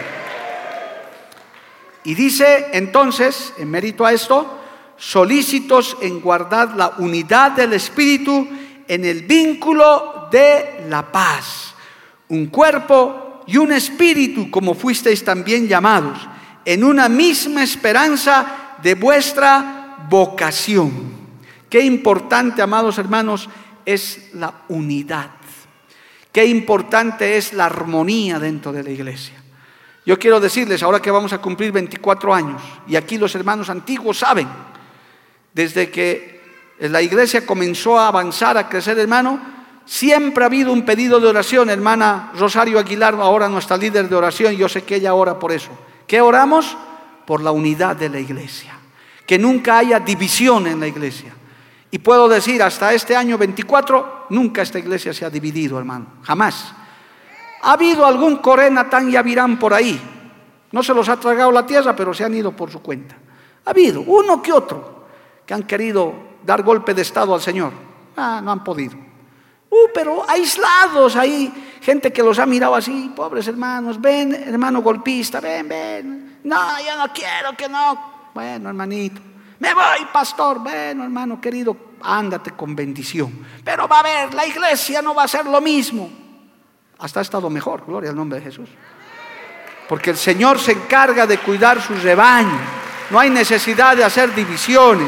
Y dice entonces, en mérito a esto: solícitos en guardar la unidad del Espíritu en el vínculo de la paz. Un cuerpo y un espíritu, como fuisteis también llamados, en una misma esperanza de vuestra vocación. Qué importante, amados hermanos, es la unidad. Qué importante es la armonía dentro de la iglesia. Yo quiero decirles, ahora que vamos a cumplir veinticuatro años, y aquí los hermanos antiguos saben, desde que la iglesia comenzó a avanzar, a crecer, hermano, siempre ha habido un pedido de oración. Hermana Rosario Aguilar, ahora nuestra líder de oración, yo sé que ella ora por eso. ¿Qué oramos? Por la unidad de la iglesia, que nunca haya división en la iglesia. Y puedo decir, hasta este año veinticuatro, nunca esta iglesia se ha dividido, hermano, jamás. Ha habido algún Corenatán y Avirán por ahí, no se los ha tragado la tierra, pero se han ido por su cuenta. Ha habido uno que otro que han querido dar golpe de estado al Señor. Ah, no han podido. Uh, pero aislados ahí, gente que los ha mirado así: pobres hermanos, ven, hermano golpista, ven, ven. No, yo no quiero, que no. Bueno, hermanito, me voy, pastor. Bueno, hermano querido, ándate con bendición. Pero va a ver, la iglesia no va a ser lo mismo. Hasta ha estado mejor, gloria al nombre de Jesús. Porque el Señor se encarga de cuidar su rebaño. No hay necesidad de hacer divisiones.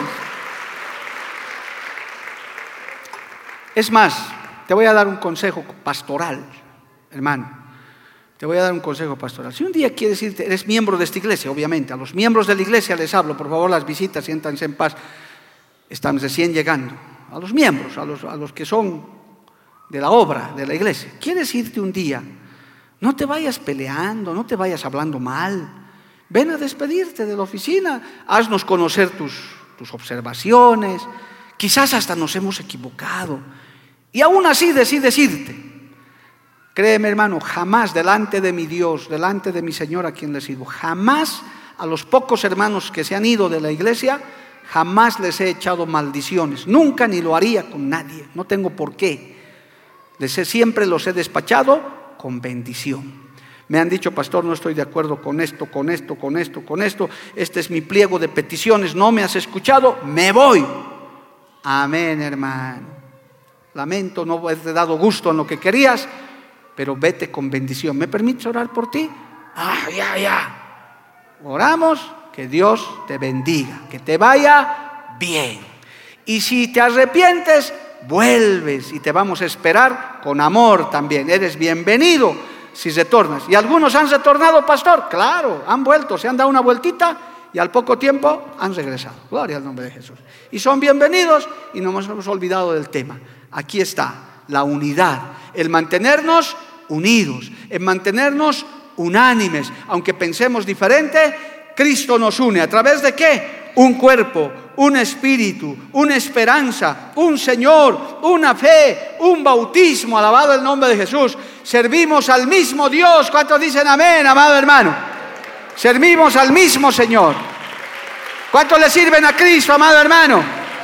Es más, te voy a dar un consejo pastoral, hermano. Te voy a dar un consejo pastoral. Si un día quieres irte, eres miembro de esta iglesia, obviamente. A los miembros de la iglesia les hablo, por favor, las visitas, siéntanse en paz. Están recién llegando. A los miembros, a los, a los que son de la obra de la iglesia. ¿Quieres irte un día? No te vayas peleando, no te vayas hablando mal. Ven a despedirte de la oficina. Haznos conocer tus, tus observaciones. Quizás hasta nos hemos equivocado. Y aún así decides irte. Créeme, hermano, jamás delante de mi Dios, delante de mi Señor a quien le sirvo, jamás a los pocos hermanos que se han ido de la iglesia, jamás les he echado maldiciones. Nunca, ni lo haría con nadie. No tengo por qué. Les he, siempre los he despachado con bendición. Me han dicho: pastor, no estoy de acuerdo con esto, con esto, con esto, con esto. Este es mi pliego de peticiones. No me has escuchado, me voy. Amén, hermano. Lamento no haberte dado gusto en lo que querías, pero vete con bendición. ¿Me permites orar por ti? Ah, ya, ya. Oramos, que Dios te bendiga, que te vaya bien. Y si te arrepientes, vuelves y te vamos a esperar con amor también. Eres bienvenido si retornas. ¿Y algunos han retornado, pastor? Claro, han vuelto, se han dado una vueltita y al poco tiempo han regresado. Gloria al nombre de Jesús. Y son bienvenidos y no nos hemos olvidado del tema. Aquí está la unidad, el mantenernos unidos, el mantenernos unánimes. Aunque pensemos diferente, Cristo nos une. ¿A través de qué? Un cuerpo, un espíritu, una esperanza, un Señor, una fe, un bautismo. Alabado el nombre de Jesús. servimos al mismo Dios. ¿Cuántos dicen amén, amado hermano? Servimos al mismo Señor. ¿Cuántos le sirven a Cristo, amado hermano?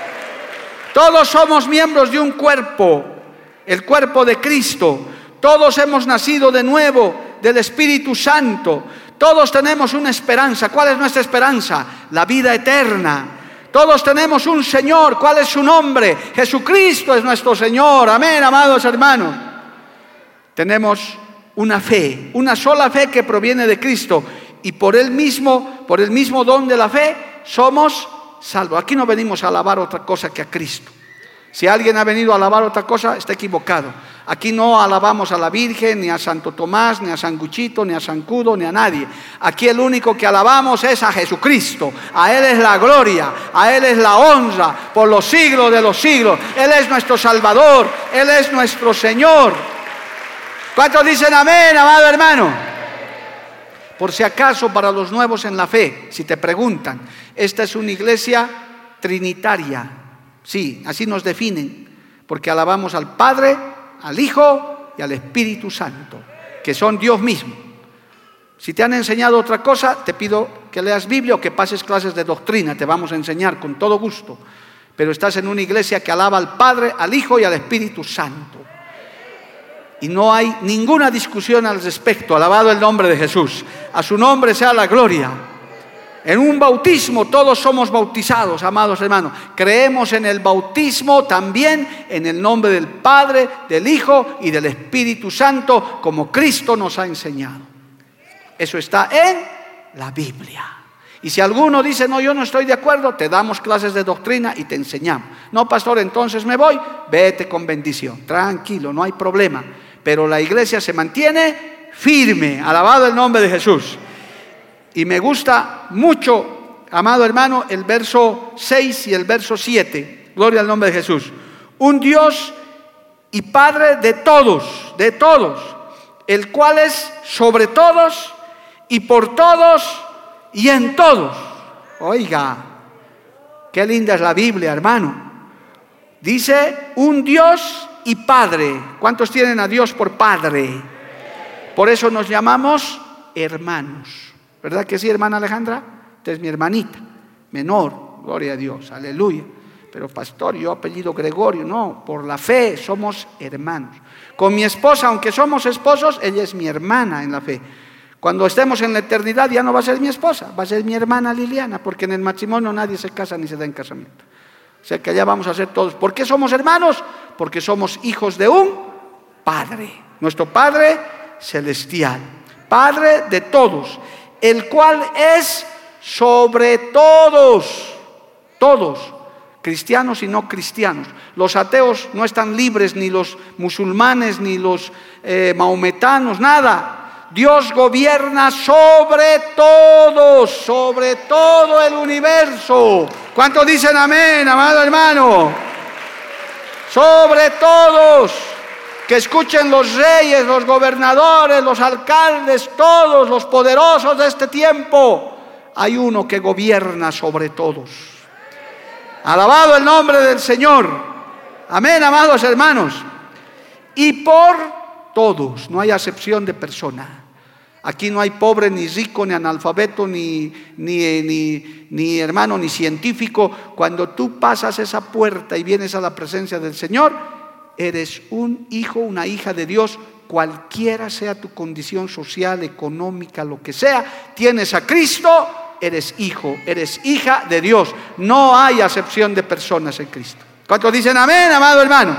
Todos somos miembros de un cuerpo, el cuerpo de Cristo. Todos hemos nacido de nuevo del Espíritu Santo. Todos tenemos una esperanza. ¿Cuál es nuestra esperanza? La vida eterna. Todos tenemos un Señor. ¿Cuál es su nombre? Jesucristo es nuestro Señor. Amén, amados hermanos. Tenemos una fe, una sola fe que proviene de Cristo. Y por Él mismo, por el mismo don de la fe, somos salvos. Aquí no venimos a alabar otra cosa que a Cristo. Si alguien ha venido a alabar otra cosa, está equivocado. Aquí no alabamos a la Virgen, ni a Santo Tomás, ni a San Guchito, ni a San Cudo, ni a nadie. Aquí el único que alabamos es a Jesucristo. A Él es la gloria, a Él es la honra por los siglos de los siglos. Él es nuestro Salvador, Él es nuestro Señor. ¿Cuántos dicen amén, amado hermano? Por si acaso, para los nuevos en la fe, si te preguntan, esta es una iglesia trinitaria. Sí, así nos definen, porque alabamos al Padre, al Hijo y al Espíritu Santo, que son Dios mismo. Si te han enseñado otra cosa, te pido que leas Biblia o que pases clases de doctrina, te vamos a enseñar con todo gusto. Pero estás en una iglesia que alaba al Padre, al Hijo y al Espíritu Santo. Y no hay ninguna discusión al respecto. Alabado el nombre de Jesús. A su nombre sea la gloria. En un bautismo todos somos bautizados, amados hermanos. Creemos en el bautismo también en el nombre del Padre, del Hijo y del Espíritu Santo, como Cristo nos ha enseñado. Eso está en la Biblia. Y si alguno dice, no, yo no estoy de acuerdo, te damos clases de doctrina y te enseñamos. No, pastor, entonces me voy. Vete con bendición. Tranquilo, no hay problema. Pero la iglesia se mantiene firme. Alabado el nombre de Jesús. Y me gusta mucho, amado hermano, el verso seis y el verso siete. Gloria al nombre de Jesús. Un Dios y Padre de todos, de todos, el cual es sobre todos y por todos y en todos. Oiga, qué linda es la Biblia, hermano. Dice un Dios y Padre. ¿Cuántos tienen a Dios por Padre? Por eso nos llamamos hermanos. ¿Verdad que sí, hermana Alejandra? Usted es mi hermanita, menor, gloria a Dios, aleluya. Pero pastor, yo apellido Gregorio, no, por la fe somos hermanos. Con mi esposa, aunque somos esposos, ella es mi hermana en la fe. Cuando estemos en la eternidad ya no va a ser mi esposa, va a ser mi hermana Liliana, porque en el matrimonio nadie se casa ni se da en casamiento. O sea que allá vamos a ser todos. ¿Por qué somos hermanos? Porque somos hijos de un Padre, nuestro Padre celestial, Padre de todos, el cual es sobre todos, todos, cristianos y no cristianos. Los ateos no están libres, ni los musulmanes, ni los eh, maometanos, nada. Dios gobierna sobre todos, sobre todo el universo. ¿Cuántos dicen amén, amado hermano? Sobre todos. Que escuchen los reyes, los gobernadores, los alcaldes, todos los poderosos de este tiempo. Hay uno que gobierna sobre todos. Alabado el nombre del Señor. Amén, amados hermanos. Y por todos, no hay acepción de persona. Aquí no hay pobre, ni rico, ni analfabeto, ni, ni, ni, ni hermano, ni científico. Cuando tú pasas esa puerta y vienes a la presencia del Señor, eres un hijo, una hija de Dios, cualquiera sea tu condición social, económica, lo que sea. Tienes a Cristo, eres hijo, eres hija de Dios. No hay acepción de personas en Cristo. ¿Cuántos dicen amén, amado hermano?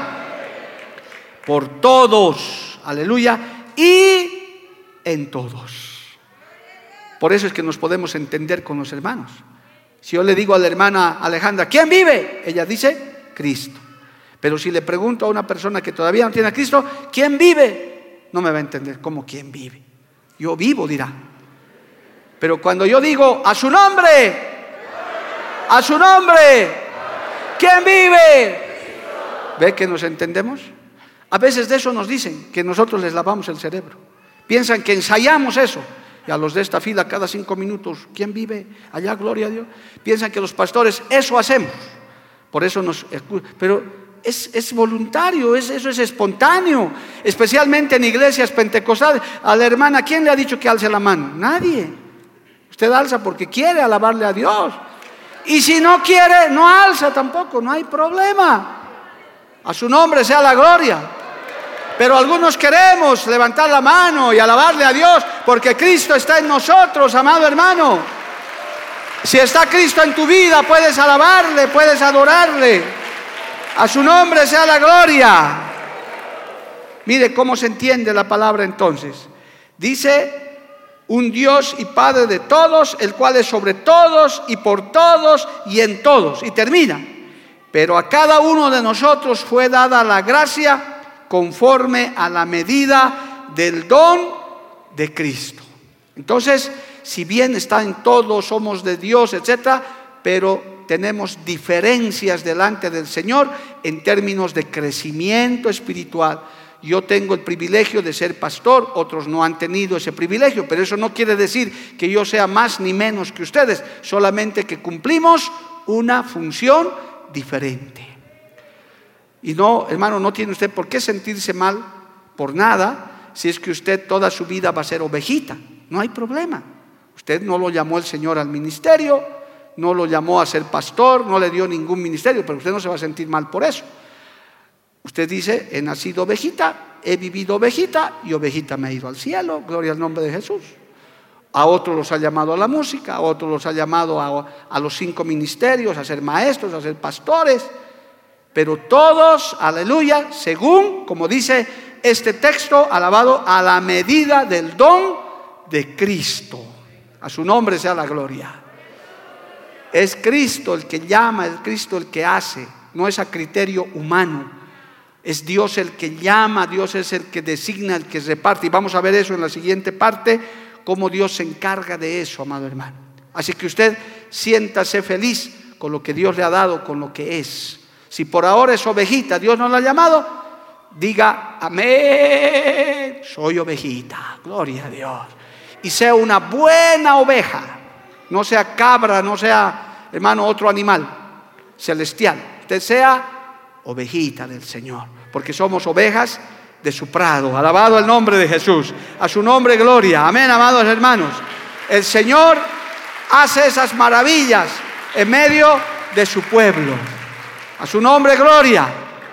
Por todos, aleluya, y en todos. Por eso es que nos podemos entender con los hermanos. Si yo le digo a la hermana Alejandra, ¿quién vive? Ella dice, Cristo. Pero si le pregunto a una persona que todavía no tiene a Cristo, ¿quién vive? No me va a entender. ¿Cómo quién vive? Yo vivo, dirá. Pero cuando yo digo, a su nombre, a su nombre, ¿quién vive? ¿Ve que nos entendemos? A veces de eso nos dicen, que nosotros les lavamos el cerebro. Piensan que ensayamos eso. Y a los de esta fila cada cinco minutos, ¿quién vive? Allá, gloria a Dios. Piensan que los pastores eso hacemos. Por eso nos... Pero es, es voluntario, es, eso es espontáneo, especialmente en iglesias pentecostales. A la hermana, ¿quién le ha dicho que alce la mano? Nadie. Usted alza porque quiere alabarle a Dios. Y si no quiere, no alza tampoco, no hay problema. A su nombre sea la gloria. Pero algunos queremos levantar la mano y alabarle a Dios porque Cristo está en nosotros, amado hermano. Si está Cristo en tu vida, puedes alabarle, puedes adorarle. A su nombre sea la gloria. Mire cómo se entiende la palabra entonces. Dice, un Dios y Padre de todos, el cual es sobre todos y por todos y en todos. Y termina. Pero a cada uno de nosotros fue dada la gracia conforme a la medida del don de Cristo. Entonces, si bien está en todo, somos de Dios, etcétera, pero tenemos diferencias delante del Señor en términos de crecimiento espiritual. Yo tengo el privilegio de ser pastor, otros no han tenido ese privilegio, pero eso no quiere decir que yo sea más ni menos que ustedes, solamente que cumplimos una función diferente. Y no, hermano, no tiene usted por qué sentirse mal por nada si es que usted toda su vida va a ser ovejita. No hay problema. Usted no lo llamó el Señor al ministerio, no lo llamó a ser pastor, no le dio ningún ministerio, pero usted no se va a sentir mal por eso. Usted dice, he nacido ovejita, he vivido ovejita y ovejita me ha ido al cielo, gloria al nombre de Jesús. A otros los ha llamado a la música, a otros los ha llamado a, a los cinco ministerios, a ser maestros, a ser pastores. Pero todos, aleluya, según, como dice este texto, alabado a la medida del don de Cristo. A su nombre sea la gloria. Es Cristo el que llama, es Cristo el que hace, no es a criterio humano. Es Dios el que llama, Dios es el que designa, el que reparte. Y vamos a ver eso en la siguiente parte, cómo Dios se encarga de eso, amado hermano. Así que usted siéntase feliz con lo que Dios le ha dado, con lo que es. Si por ahora es ovejita, Dios no la ha llamado, diga amén, soy ovejita, gloria a Dios. Y sea una buena oveja, no sea cabra, no sea, hermano, otro animal celestial. Usted sea ovejita del Señor, porque somos ovejas de su prado. Alabado el nombre de Jesús, a su nombre gloria, amén, amados hermanos. El Señor hace esas maravillas en medio de su pueblo. A su nombre, gloria.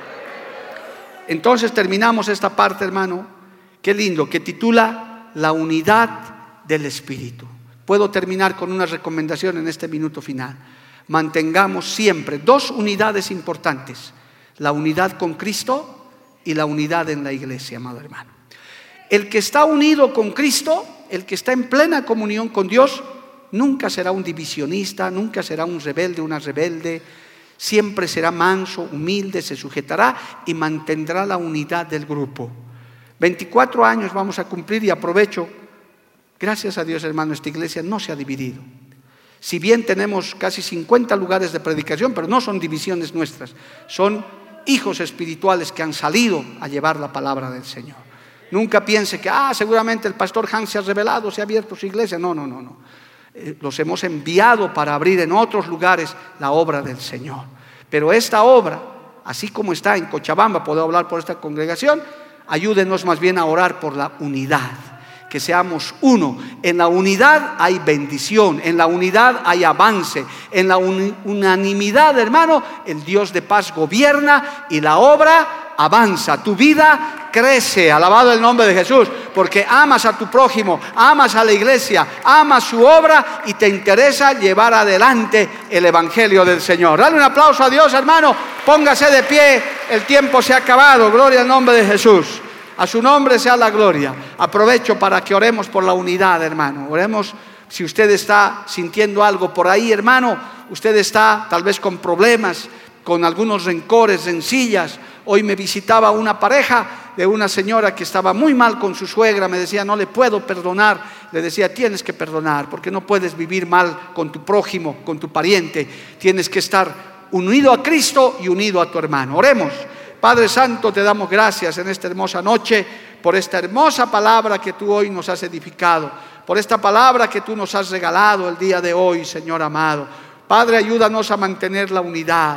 Entonces terminamos esta parte, hermano, qué lindo, que titula La unidad del Espíritu. Puedo terminar con una recomendación en este minuto final. Mantengamos siempre dos unidades importantes: la unidad con Cristo y la unidad en la iglesia, amado hermano. El que está unido con Cristo, el que está en plena comunión con Dios, nunca será un divisionista, nunca será un rebelde, una rebelde. Siempre será manso, humilde, se sujetará y mantendrá la unidad del grupo. veinticuatro años vamos a cumplir y aprovecho. Gracias a Dios, hermano, esta iglesia no se ha dividido. Si bien tenemos casi cincuenta lugares de predicación, pero no son divisiones nuestras. Son hijos espirituales que han salido a llevar la palabra del Señor. Nunca piense que, ah, seguramente el pastor Hans se ha revelado, se ha abierto su iglesia. No, no, no, no. Los hemos enviado para abrir en otros lugares la obra del Señor. Pero esta obra, así como está en Cochabamba, puedo hablar por esta congregación, ayúdenos más bien a orar por la unidad, que seamos uno. En la unidad hay bendición, en la unidad hay avance, en la un- unanimidad, hermano, el Dios de paz gobierna y la obra avanza, tu vida crece, alabado el nombre de Jesús, porque amas a tu prójimo, amas a la iglesia, amas su obra y te interesa llevar adelante el evangelio del Señor. Dale un aplauso a Dios, hermano, póngase de pie, el tiempo se ha acabado, gloria al nombre de Jesús. A su nombre sea la gloria. Aprovecho para que oremos por la unidad, hermano. Oremos. Si usted está sintiendo algo por ahí, hermano, usted está tal vez con problemas, con algunos rencores, rencillas. Hoy me visitaba una pareja de una señora que estaba muy mal con su suegra. Me decía, no le puedo perdonar. Le decía, tienes que perdonar, porque no puedes vivir mal con tu prójimo, con tu pariente. Tienes que estar unido a Cristo y unido a tu hermano. Oremos. Padre Santo, te damos gracias en esta hermosa noche por esta hermosa palabra que tú hoy nos has edificado, por esta palabra que tú nos has regalado el día de hoy, Señor amado. Padre, ayúdanos a mantener la unidad,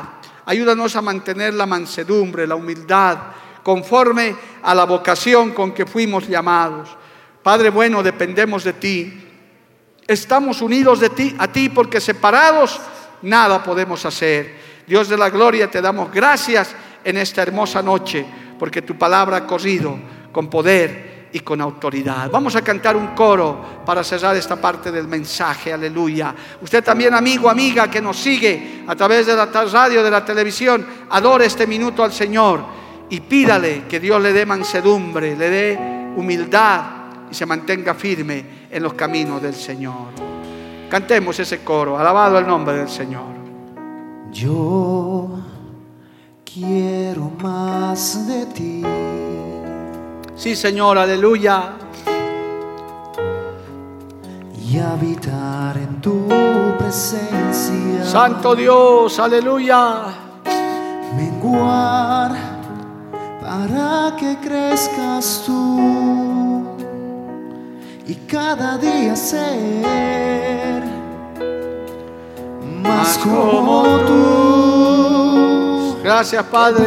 Ayúdanos a mantener la mansedumbre, la humildad, conforme a la vocación con que fuimos llamados. Padre bueno, dependemos de ti. Estamos unidos de ti, a ti, porque separados nada podemos hacer. Dios de la gloria, te damos gracias en esta hermosa noche, porque tu palabra ha corrido con poder y con autoridad. Vamos a cantar un coro para cerrar esta parte del mensaje. Aleluya. Usted también, amigo, amiga, que nos sigue a través de la radio, de la televisión, adore este minuto al Señor y pídale que Dios le dé mansedumbre, le dé humildad y se mantenga firme en los caminos del Señor. Cantemos ese coro. Alabado el nombre del Señor. Yo quiero más de ti. Sí, Señor, aleluya. Y habitar en tu presencia. Santo Dios, aleluya. Menguar para que crezcas tú. Y cada día ser más como tú. Gracias, Padre.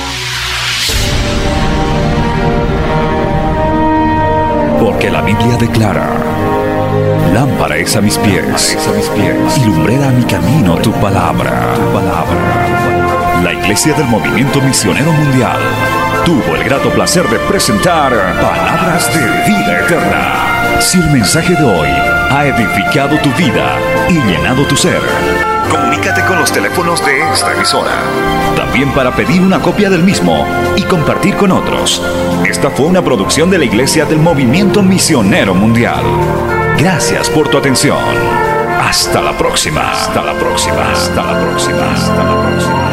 Porque la Biblia declara: lámpara es a mis pies, a mis pies, y lumbrera a mi camino tu palabra. Tu palabra. La Iglesia del Movimiento Misionero Mundial tuvo el grato placer de presentar Palabras de Vida Eterna. Si el mensaje de hoy ha edificado tu vida y llenado tu ser, comunícate con los teléfonos de esta emisora. También para pedir una copia del mismo y compartir con otros. Esta fue una producción de la Iglesia del Movimiento Misionero Mundial. Gracias por tu atención. Hasta la próxima. Hasta la próxima. Hasta la próxima. Hasta la próxima.